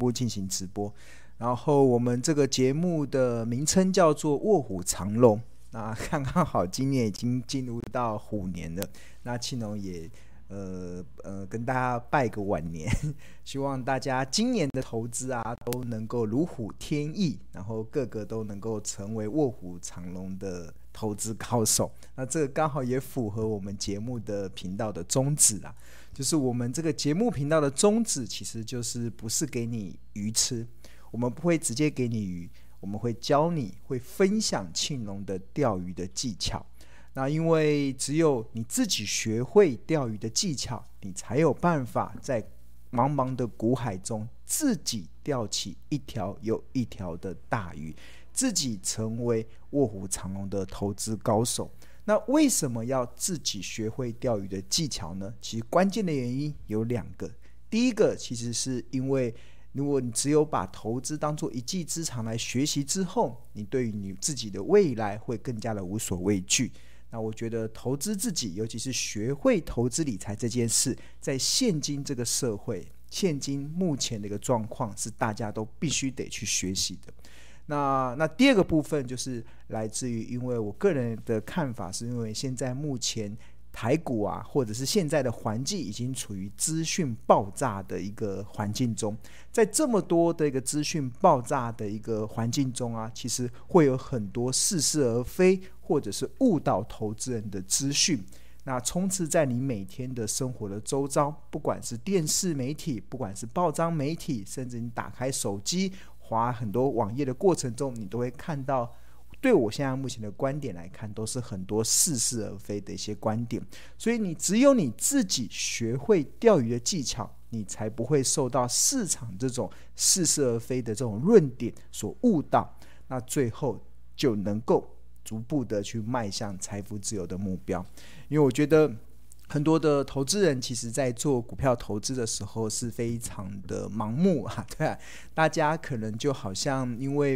步进行直播。然后我们这个节目的名称叫做卧虎藏龙，那刚刚好今年已经进入到虎年了，那庆农也跟大家拜个晚年，希望大家今年的投资啊都能够如虎添翼，然后个个都能够成为卧虎藏龙的投资高手。那这个刚好也符合我们节目的频道的宗旨啊，就是我们这个节目频道的宗旨其实就是不是给你鱼吃，我们不会直接给你鱼，我们会教你，会分享庆农的钓鱼的技巧。那因为只有你自己学会钓鱼的技巧，你才有办法在茫茫的股海中自己钓起一条又一条的大鱼，自己成为卧虎藏龙的投资高手。那为什么要自己学会钓鱼的技巧呢？其实关键的原因有2个。第一个其实是因为如果你只有把投资当作一技之长来学习之后，你对于你自己的未来会更加的无所畏惧。那我觉得投资自己，尤其是学会投资理财这件事，在现今这个社会，现今目前的一个状况是大家都必须得去学习的。那第二个部分就是来自于，因为我个人的看法是因为现在目前台股啊，或者是现在的环境已经处于资讯爆炸的一个环境中，在这么多的一个资讯爆炸的一个环境中啊，其实会有很多似是而非或者是误导投资人的资讯，那充斥在你每天的生活的周遭，不管是电视媒体，不管是报章媒体，甚至你打开手机滑很多网页的过程中，你都会看到，对我现在目前的观点来看，都是很多似是而非的一些观点。所以只有你自己学会钓鱼的技巧，你才不会受到市场这种似是而非的这种论点所误导，那最后就能够逐步的去迈向财富自由的目标。因为我觉得很多的投资人其实在做股票投资的时候是非常的盲目啊，对啊，大家可能就好像因为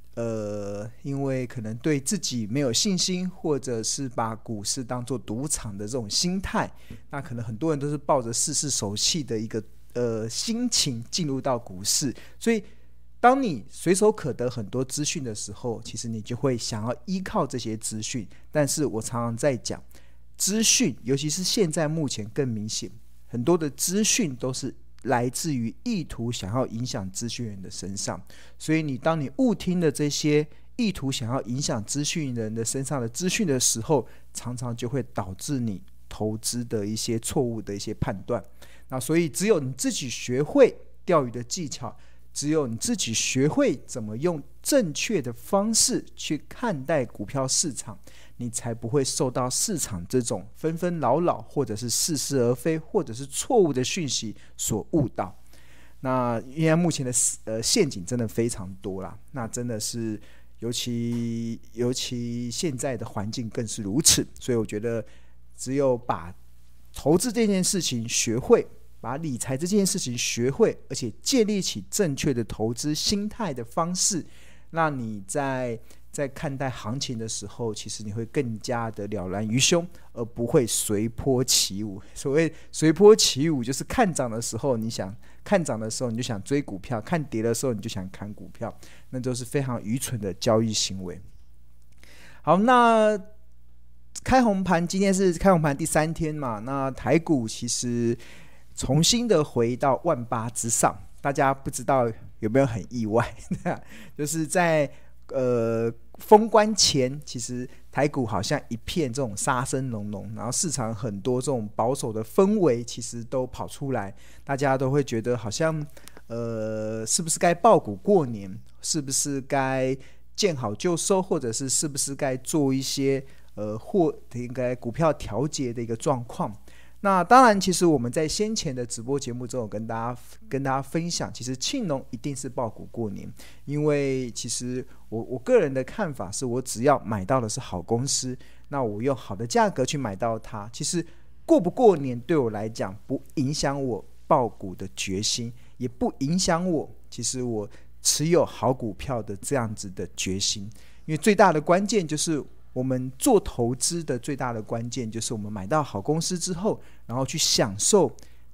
可能对自己没有信心，或者是把股市当作赌场的这种心态，那可能很多人都是抱着试试手气的一个心情进入到股市，所以当你随手可得很多资讯的时候，其实你就会想要依靠这些资讯。但是我常常在讲，资讯尤其是现在目前更明显，很多的资讯都是来自于意图想要影响资讯人的身上，所以当你误听了这些意图想要影响资讯人的身上的资讯的时候，常常就会导致你投资的一些错误的一些判断。那所以只有你自己学会钓鱼的技巧，只有你自己学会怎么用正确的方式去看待股票市场，你才不会受到市场这种纷纷扰扰或者是似是而非或者是错误的讯息所误导。那因为目前的陷阱真的非常多啦，那真的是尤其现在的环境更是如此，所以我觉得只有把投资这件事情学会，把理财这件事情学会，而且建立起正确的投资心态的方式，那你在看待行情的时候，其实你会更加的了然于胸，而不会随波起舞。所谓随波起舞，就是看涨的时候你就想追股票，看跌的时候你就想砍股票，那都是非常愚蠢的交易行为。好，那开红盘，今天是开红盘第3天嘛，那台股其实重新的回到18000之上，大家不知道有没有很意外就是在封关前，其实台股好像一片这种杀声隆隆，然后市场很多这种保守的氛围其实都跑出来，大家都会觉得好像是不是该抱股过年，是不是该见好就收，或者是不是该做一些应该股票调节的一个状况。那当然其实我们在先前的直播节目中有跟大家分享，其实庆农一定是抱股过年，因为其实我个人的看法是，我只要买到的是好公司，那我用好的价格去买到它，其实过不过年对我来讲不影响我抱股的决心，也不影响我其实我持有好股票的这样子的决心。因为最大的关键就是我们做投资的最大的关键就是我们买到好公司之后，然后去享受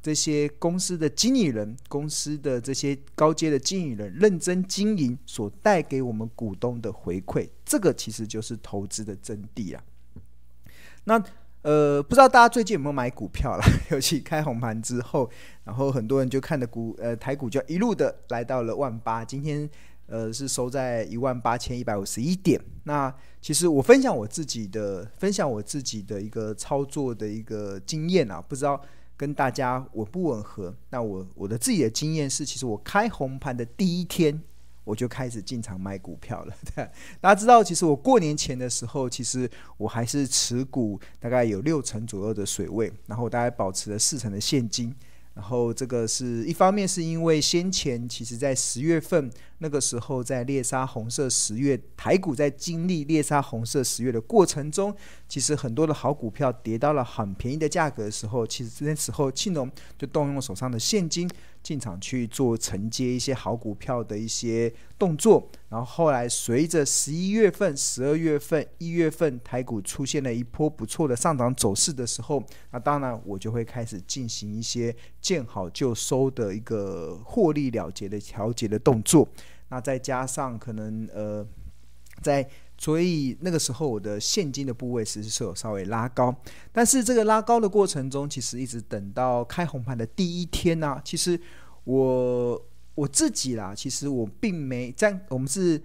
这些公司的经理人、公司的这些高阶的经理人认真经营所带给我们股东的回馈，这个其实就是投资的真谛啊。那不知道大家最近有没有买股票啦？尤其开红盘之后，然后很多人就看的台股就一路的来到了18000，今天是收在18151点。那其实我分享我自己的一个操作的一个经验啊，不知道跟大家吻不吻合。那我的自己的经验是，其实我开红盘的第一天我就开始进场买股票了。大家知道，其实我过年前的时候，其实我还是持股大概有60%左右的水位，然后大概保持了40%的现金。然后这个是一方面是因为先前其实在10月份那个时候，在猎杀红色10月，台股在经历猎杀红色10月的过程中，其实很多的好股票跌到了很便宜的价格的时候，其实那时候庆农就动用手上的现金进场去做承接一些好股票的一些动作。然后后来随着11月份、12月份、1月份台股出现了一波不错的上涨走势的时候，那当然我就会开始进行一些见好就收的一个获利了结的调节的动作。那再加上可能所以那个时候我的现金的部位其实是有稍微拉高，但是这个拉高的过程中，其实一直等到开红盘的第一天啊，其实我自己啦，其实我并没这样，我们是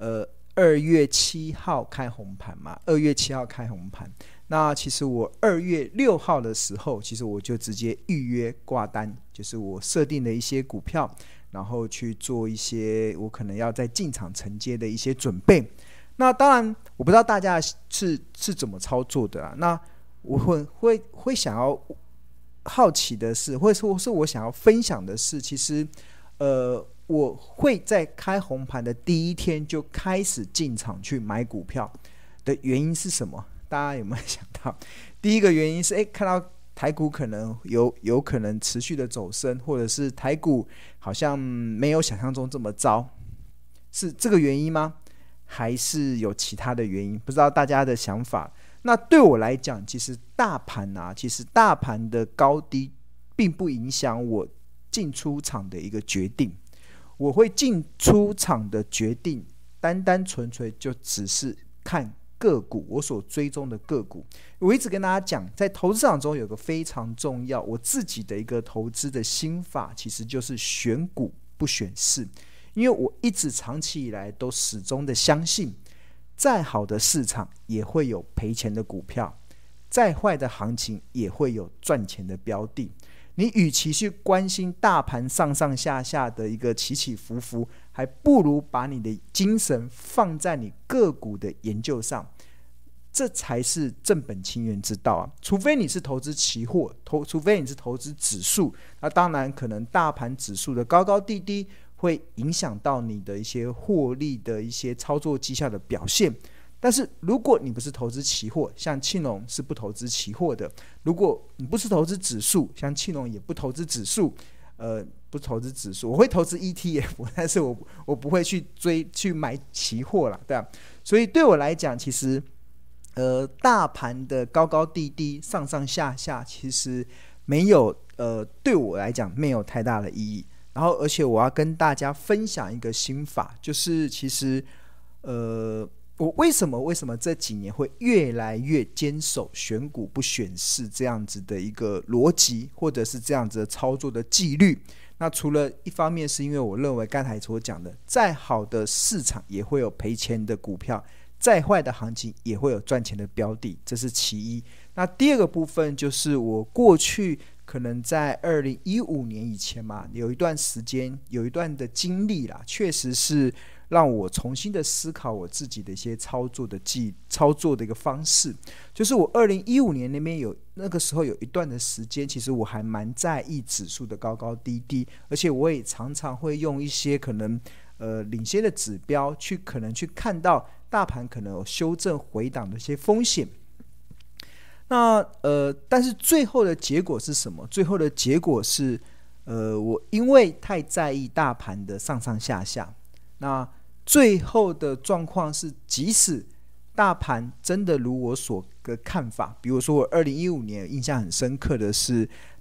2月7号开红盘嘛，2月7号开红盘。那其实我2月6号的时候，其实我就直接预约挂单，就是我设定的一些股票，然后去做一些我可能要在进场承接的一些准备。那当然，我不知道大家是怎么操作的啊。那我会想要好奇的是，或者说是我想要分享的是，其实我会在开红盘的第一天就开始进场去买股票的原因是什么？大家有没有想到？第一个原因是，看到台股可能有可能持续的走升，或者是台股好像没有想象中这么糟，是这个原因吗？还是有其他的原因？不知道大家的想法。那对我来讲，其实大盘的高低并不影响我进出场的一个决定。我会进出场的决定，单单纯粹就只是看个股，我所追踪的个股。我一直跟大家讲，在投资市场中有个非常重要，我自己的一个投资的心法，其实就是选股不选市。因为我一直长期以来都始终的相信，再好的市场也会有赔钱的股票，再坏的行情也会有赚钱的标的。你与其去关心大盘上上下下的一个起起伏伏，还不如把你的精神放在你个股的研究上，这才是正本清源之道啊！除非你是投资期货，除非你是投资指数，那当然可能大盘指数的高高低低会影响到你的一些获利的一些操作绩效的表现。但是如果你不是投资期货，像庆农是不投资期货的；如果你不是投资指数，像庆农也不投资指数，不投资指数，我会投资 ETF， 但是我不会去买期货啦，对啊。所以对我来讲，其实大盘的高高低低、上上下下，其实没有对我来讲没有太大的意义。然后，而且我要跟大家分享一个心法，就是其实我为什么这几年会越来越坚守选股不选市这样子的一个逻辑，或者是这样子的操作的纪律。那除了一方面是因为我认为刚才所讲的，再好的市场也会有赔钱的股票，再坏的行情也会有赚钱的标的，这是其一。那第二个部分就是我过去可能在2015年以前嘛，有一段时间有一段的经历啦，确实是让我重新的思考我自己的一些操作的一个方式。就是我2015年那个时候有一段的时间，其实我还蛮在意指数的高高低低，而且我也常常会用一些可能领先的指标可能去看到大盘可能有修正回档的一些风险。那但是最后的结果是什么？最后的结果是我因为太在意大盘的上上下下，那最后的状况是，即使大盘真的如我所的看法，比如说我2015年印象很深刻的是，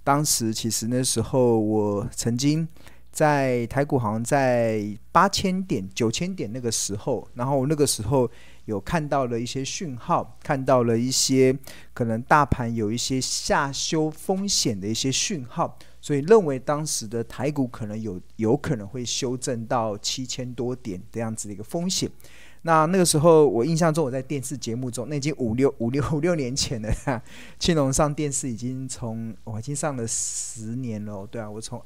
当时其实那时候我曾经在台股好像在8000点、9000点那个时候，然后那个时候有看到了一些讯号，看到了一些可能大盘有一些下修风险的一些讯号，所以认为当时的台股可能有可能会修正到7000多点这样子的一个风险。那个时候我印象中我在电视节目中，那已经五六年前了，庆隆上电视已经上了10年了，对啊，我从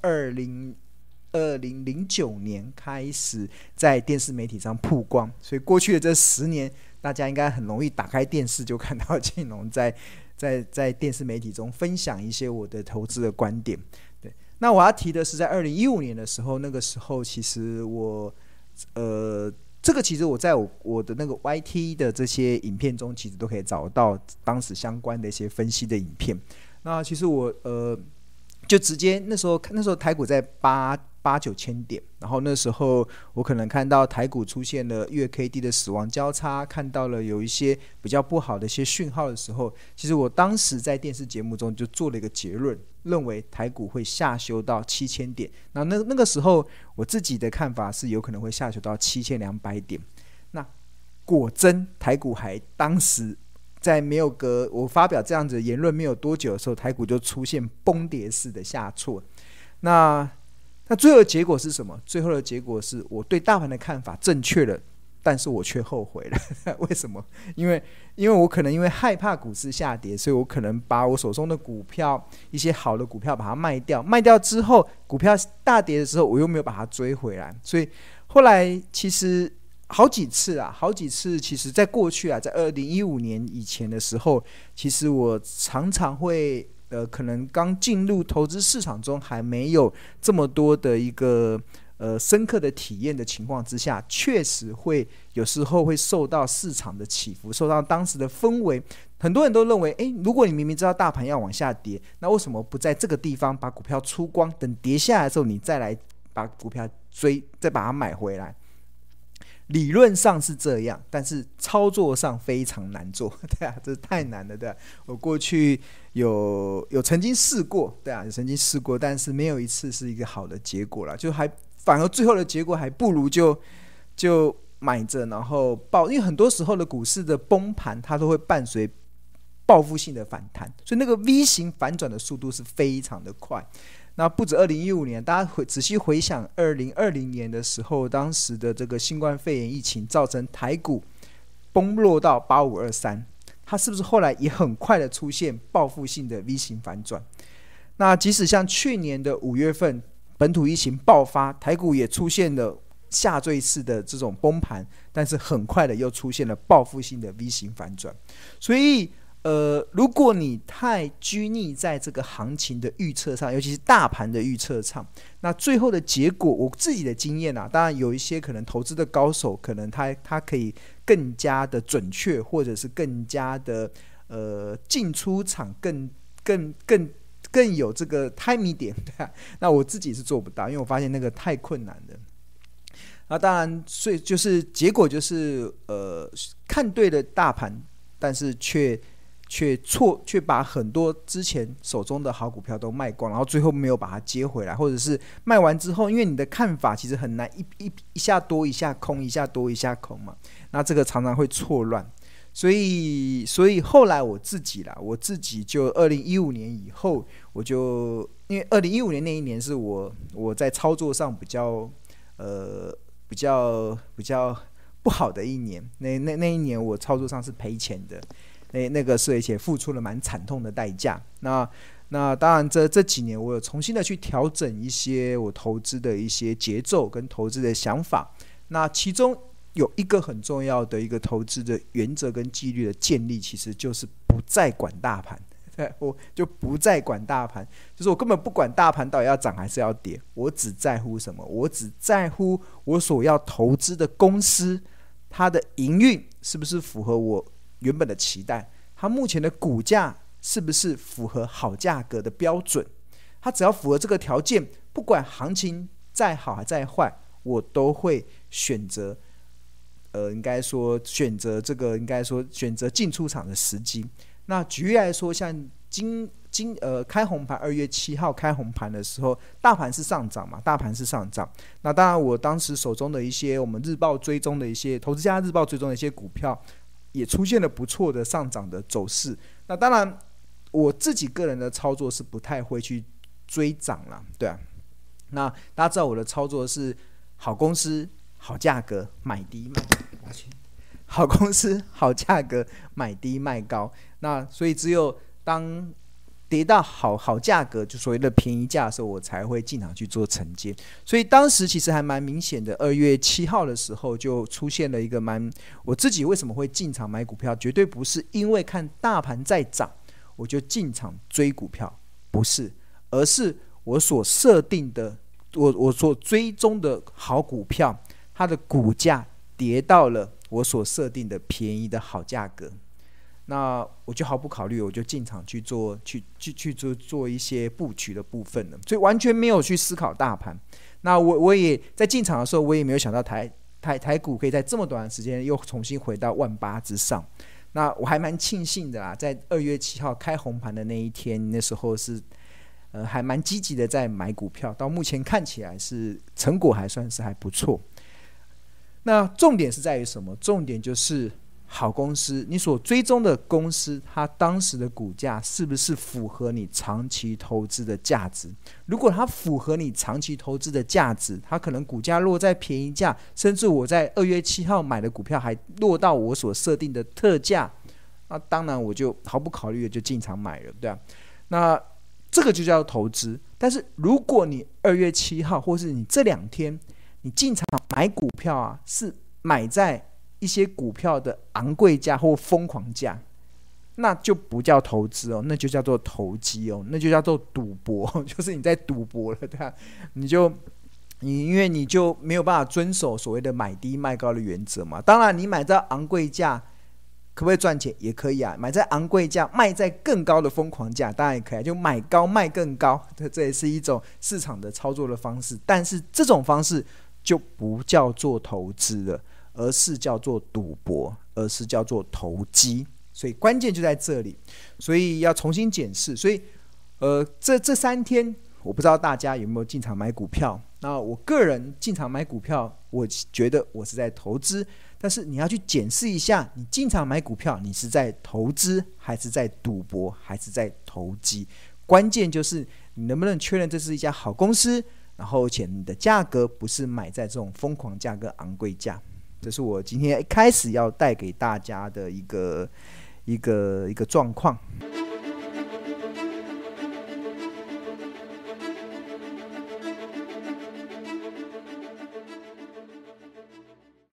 2009年开始在电视媒体上曝光，所以过去的这10年大家应该很容易打开电视就看到庆隆在电视媒体中分享一些我的投资的观点。对，那我要提的是在2015年的时候，那个时候其实我这个其实我在我的那个 YT 的这些影片中其实都可以找到当时相关的一些分析的影片。那其实我就直接那时候台股在8-9千点，然后那时候我可能看到台股出现了月 KD 的死亡交叉，看到了有一些比较不好的一些讯号的时候，其实我当时在电视节目中就做了一个结论，认为台股会下修到7000点。那个时候我自己的看法是有可能会下修到7200点。那果真台股还当时在没有我发表这样子的言论没有多久的时候，台股就出现崩跌式的下挫。那最后的结果是什么？最后的结果是我对大盘的看法正确了，但是我却后悔了。为什么？因为我可能因为害怕股市下跌，所以我可能把我手中的股票一些好的股票把它卖掉，卖掉之后股票大跌的时候我又没有把它追回来，所以后来其实好几次其实在过去在2015年以前的时候，其实我常常会可能刚进入投资市场中还没有这么多的一个深刻的体验的情况之下，确实会有时候会受到市场的起伏，受到当时的氛围。很多人都认为如果你明明知道大盘要往下跌，那为什么不在这个地方把股票出光，等跌下来的时候你再来把股票再把它买回来？理论上是这样，但是操作上非常难做，对啊，这太难了，对啊。我过去有曾经试过，对啊，有曾经试过，但是没有一次是一个好的结果啦，就反而最后的结果还不如就买着，然后因为很多时候的股市的崩盘，它都会伴随报复性的反弹，所以那个 V 型反转的速度是非常的快。那不止2015年，大家仔细回想2020年的时候，当时的这个新冠肺炎疫情造成台股崩落到8523，它是不是后来也很快的出现报复性的 V 型反转？那即使像去年的5月份本土疫情爆发，台股也出现了下坠式的这种崩盘，但是很快的又出现了报复性的 V 型反转。所以如果你太拘泥在这个行情的预测上，尤其是大盘的预测上，那最后的结果，我自己的经验当然有一些可能投资的高手，可能他可以更加的准确，或者是更加的进出场更有这个 timing 点，对啊。那我自己是做不到，因为我发现那个太困难了。那当然，所以就是结果就是看对了大盘，但是却把很多之前手中的好股票都卖光，然后最后没有把它接回来，或者是卖完之后，因为你的看法其实很难一下多一下空，一下多一下空嘛，那这个常常会错乱。所以后来我自己就2015年以后，我就因为2015年那一年是我在操作上比较不好的一年，那一年我操作上是赔钱的。那个是而且付出了蛮惨痛的代价。那当然这几年我有重新的去调整一些我投资的一些节奏跟投资的想法。那其中有一个很重要的一个投资的原则跟纪律的建立，其实就是不再管大盘。我就不再管大盘，就是我根本不管大盘到底要涨还是要跌，我只在乎什么？我只在乎我所要投资的公司，它的营运是不是符合我原本的期待，它目前的股价是不是符合好价格的标准，它只要符合这个条件，不管行情再好还再坏，我都会选择选择进出场的时机。那举例来说，像今开红盘，2月7号开红盘的时候，大盘是上涨嘛，大盘是上涨。那当然，我当时手中的一些我们日报追踪的一些投资家日报追踪的一些股票，也出现了不错的上涨的走势。那当然，我自己个人的操作是不太会去追涨啦，对啊。那大家知道我的操作是好公司、好价格买低卖高，好公司、好价格买低卖高。那所以只有当跌到好价格，就所谓的便宜价的时候，我才会进场去做承接。所以当时其实还蛮明显的，2月7号的时候就出现了一个我自己为什么会进场买股票，绝对不是因为看大盘在涨我就进场追股票，不是，而是我所设定的，我所追踪的好股票，它的股价跌到了我所设定的便宜的好价格，那我就毫不考虑，我就进场去做一些布局的部分了，所以完全没有去思考大盘。那我也在进场的时候，我也没有想到台股可以在这么短的时间又重新回到18000之上。那我还蛮庆幸的啦，在2月7号开红盘的那一天，那时候是还蛮积极的在买股票，到目前看起来是成果还算是还不错。那重点是在于什么？重点就是好公司，你所追踪的公司，它当时的股价是不是符合你长期投资的价值？如果它符合你长期投资的价值，它可能股价落在便宜价，甚至我在2月7号买的股票还落到我所设定的特价，那当然我就毫不考虑的就进场买了，对啊。那这个就叫投资。但是如果你2月7号或是你这2天你进场买股票啊，是买在一些股票的昂贵价或疯狂价，那就不叫投资哦，那就叫做投机哦，那就叫做赌博，就是你在赌博了，对吧？因为你就没有办法遵守所谓的买低卖高的原则嘛。当然，你买在昂贵价可不可以赚钱？也可以啊。买在昂贵价，卖在更高的疯狂价，当然也可以啊。就买高卖更高，这也是一种市场的操作的方式。但是这种方式就不叫做投资了，而是叫做赌博，而是叫做投机。所以关键就在这里，所以要重新检视。所以这3天我不知道大家有没有进场买股票。那我个人进场买股票，我觉得我是在投资，但是你要去检视一下，你进场买股票，你是在投资还是在赌博还是在投机？关键就是你能不能确认这是一家好公司，然后而且你的价格不是买在这种疯狂价跟昂贵价。这是我今天一开始要带给大家的一个状况。